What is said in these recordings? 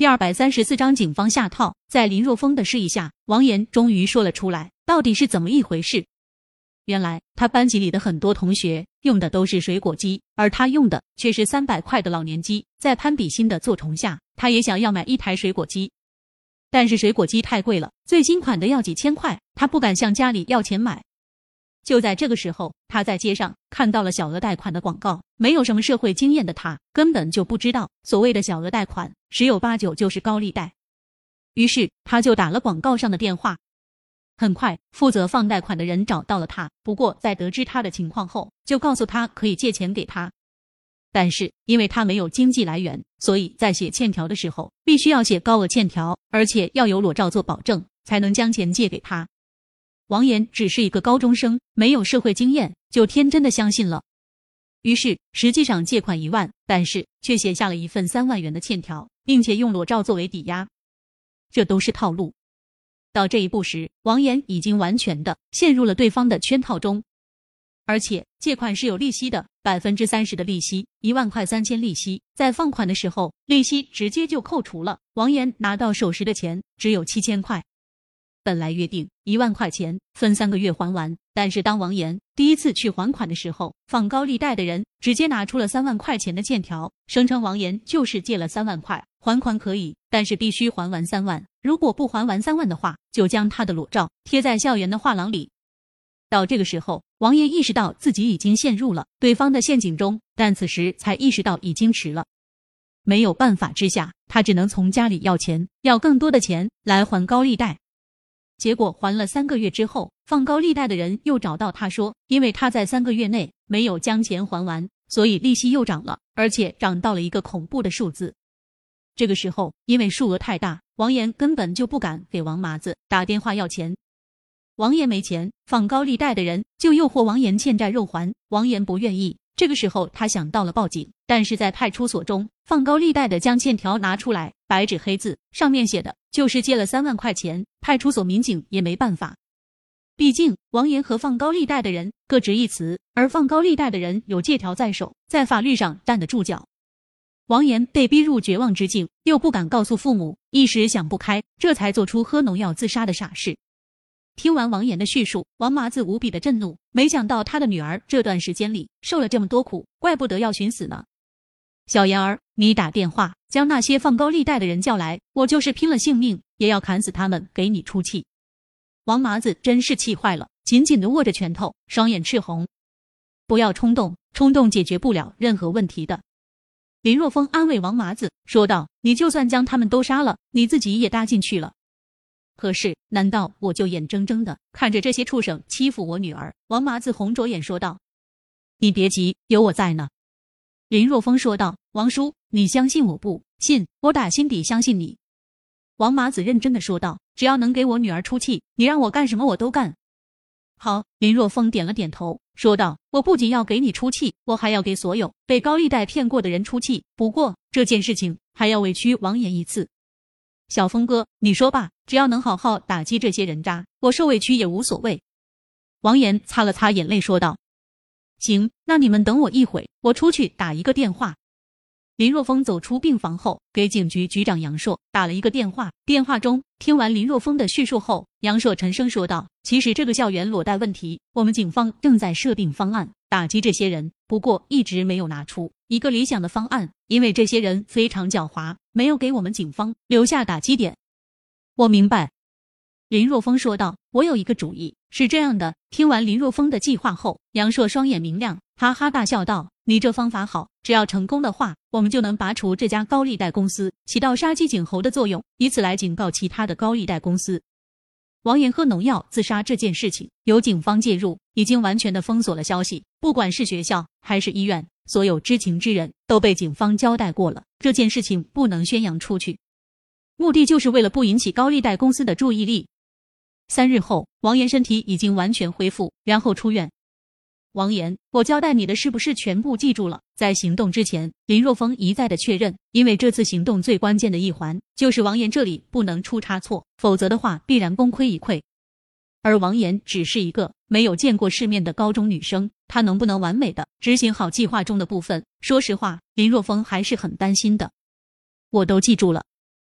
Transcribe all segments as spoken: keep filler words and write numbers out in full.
第二百三十四章警方下套。在林若风的示意下，王岩终于说了出来，到底是怎么一回事。原来他班级里的很多同学用的都是水果机，而他用的却是三百块的老年机。在潘比心的作宠下，他也想要买一台水果机，但是水果机太贵了，最新款的要几千块，他不敢向家里要钱买。就在这个时候，他在街上看到了小额贷款的广告。没有什么社会经验的他根本就不知道所谓的小额贷款十有八九就是高利贷，于是他就打了广告上的电话。很快负责放贷款的人找到了他，不过在得知他的情况后，就告诉他可以借钱给他，但是因为他没有经济来源，所以在写欠条的时候必须要写高额欠条，而且要有裸照做保证，才能将钱借给他。王岩只是一个高中生，没有社会经验，就天真的相信了。于是实际上借款一万，但是却写下了一份三万元的欠条，并且用裸照作为抵押，这都是套路。到这一步时，王岩已经完全的陷入了对方的圈套中。而且借款是有利息的， 百分之三十 的利息，一万块三千利息，在放款的时候利息直接就扣除了。王岩拿到手时的钱只有七千块。本来约定一万块钱分三个月还完，但是当王岩第一次去还款的时候，放高利贷的人直接拿出了三万块钱的欠条，声称王岩就是借了三万块，还款可以，但是必须还完三万，如果不还完三万的话，就将他的裸照贴在校园的画廊里。到这个时候，王岩意识到自己已经陷入了对方的陷阱中，但此时才意识到已经迟了。没有办法之下，他只能从家里要钱，要更多的钱来还高利贷。结果还了三个月之后，放高利贷的人又找到他说，因为他在三个月内没有将钱还完，所以利息又涨了，而且涨到了一个恐怖的数字。这个时候，因为数额太大，王岩根本就不敢给王麻子打电话要钱。王岩没钱，放高利贷的人就诱惑王岩欠债肉还，王岩不愿意。这个时候他想到了报警，但是在派出所中，放高利贷的将欠条拿出来，白纸黑字，上面写的就是借了三万块钱，派出所民警也没办法。毕竟王岩和放高利贷的人各执一词，而放高利贷的人有借条在手，在法律上站得住脚。王岩被逼入绝望之境，又不敢告诉父母，一时想不开，这才做出喝农药自杀的傻事。听完王岩的叙述，王麻子无比的震怒，没想到他的女儿这段时间里受了这么多苦，怪不得要寻死呢。小妍儿，你打电话将那些放高利贷的人叫来，我就是拼了性命也要砍死他们，给你出气。王麻子真是气坏了，紧紧地握着拳头，双眼赤红。不要冲动，冲动解决不了任何问题的。林若风安慰王麻子说道，你就算将他们都杀了，你自己也搭进去了。可是难道我就眼睁睁的看着这些畜生欺负我女儿？王麻子红着眼说道。你别急，有我在呢。林若风说道，王叔，你相信我不信？我打心底相信你。王麻子认真的说道，只要能给我女儿出气，你让我干什么我都干。好，林若风点了点头，说道，我不仅要给你出气，我还要给所有被高利贷骗过的人出气，不过这件事情还要委屈王岩一次。小峰哥，你说吧，只要能好好打击这些人渣，我受委屈也无所谓。王岩擦了擦眼泪说道，行，那你们等我一会，我出去打一个电话。林若风走出病房后，给警局局长杨硕打了一个电话。电话中听完林若风的叙述后，杨硕沉声说道，其实这个校园裸贷问题，我们警方正在设定方案打击这些人，不过一直没有拿出一个理想的方案，因为这些人非常狡猾，没有给我们警方留下打击点。我明白。林若风说道，我有一个主意，是这样的。听完林若风的计划后，杨硕双眼明亮，哈哈大笑道，你这方法好，只要成功的话，我们就能拔除这家高利贷公司，起到杀鸡儆猴的作用，以此来警告其他的高利贷公司。王岩喝农药自杀这件事情，由警方介入，已经完全的封锁了消息，不管是学校还是医院，所有知情之人都被警方交代过了，这件事情不能宣扬出去，目的就是为了不引起高利贷公司的注意力。三日后，王岩身体已经完全恢复，然后出院。王岩，我交代你的是不是全部记住了？在行动之前，林若风一再的确认，因为这次行动最关键的一环就是王岩这里不能出差错，否则的话必然功亏一篑。而王岩只是一个没有见过世面的高中女生，她能不能完美的执行好计划中的部分？说实话，林若风还是很担心的。我都记住了。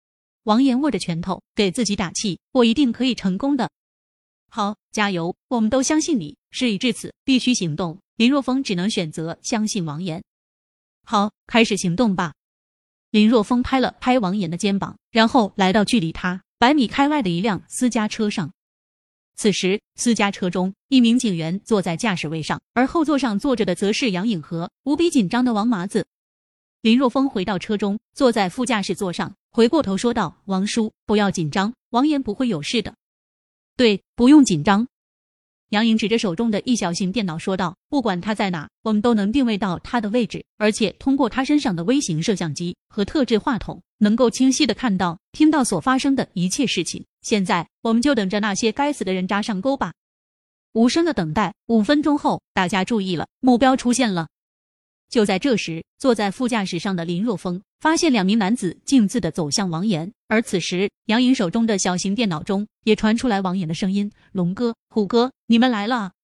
王岩握着拳头，给自己打气，我一定可以成功的。好，加油，我们都相信你。事已至此，必须行动。林若风只能选择相信王岩。好，开始行动吧。林若风拍了拍王岩的肩膀，然后来到距离他百米开外的一辆私家车上。此时，私家车中一名警员坐在驾驶位上，而后座上坐着的则是杨颖和无比紧张的王麻子。林若风回到车中，坐在副驾驶座上，回过头说道：“王叔，不要紧张，王岩不会有事的。”对，不用紧张。杨颖指着手中的一小型电脑说道：“不管他在哪，我们都能定位到他的位置，而且通过他身上的微型摄像机和特制话筒，能够清晰地看到、听到所发生的一切事情。现在，我们就等着那些该死的人扎上钩吧。”无声的等待，五分钟后，大家注意了，目标出现了。就在这时，坐在副驾驶上的林若风发现两名男子径自地走向王岩，而此时杨颖手中的小型电脑中也传出来王岩的声音：“龙哥、虎哥，你们来了。”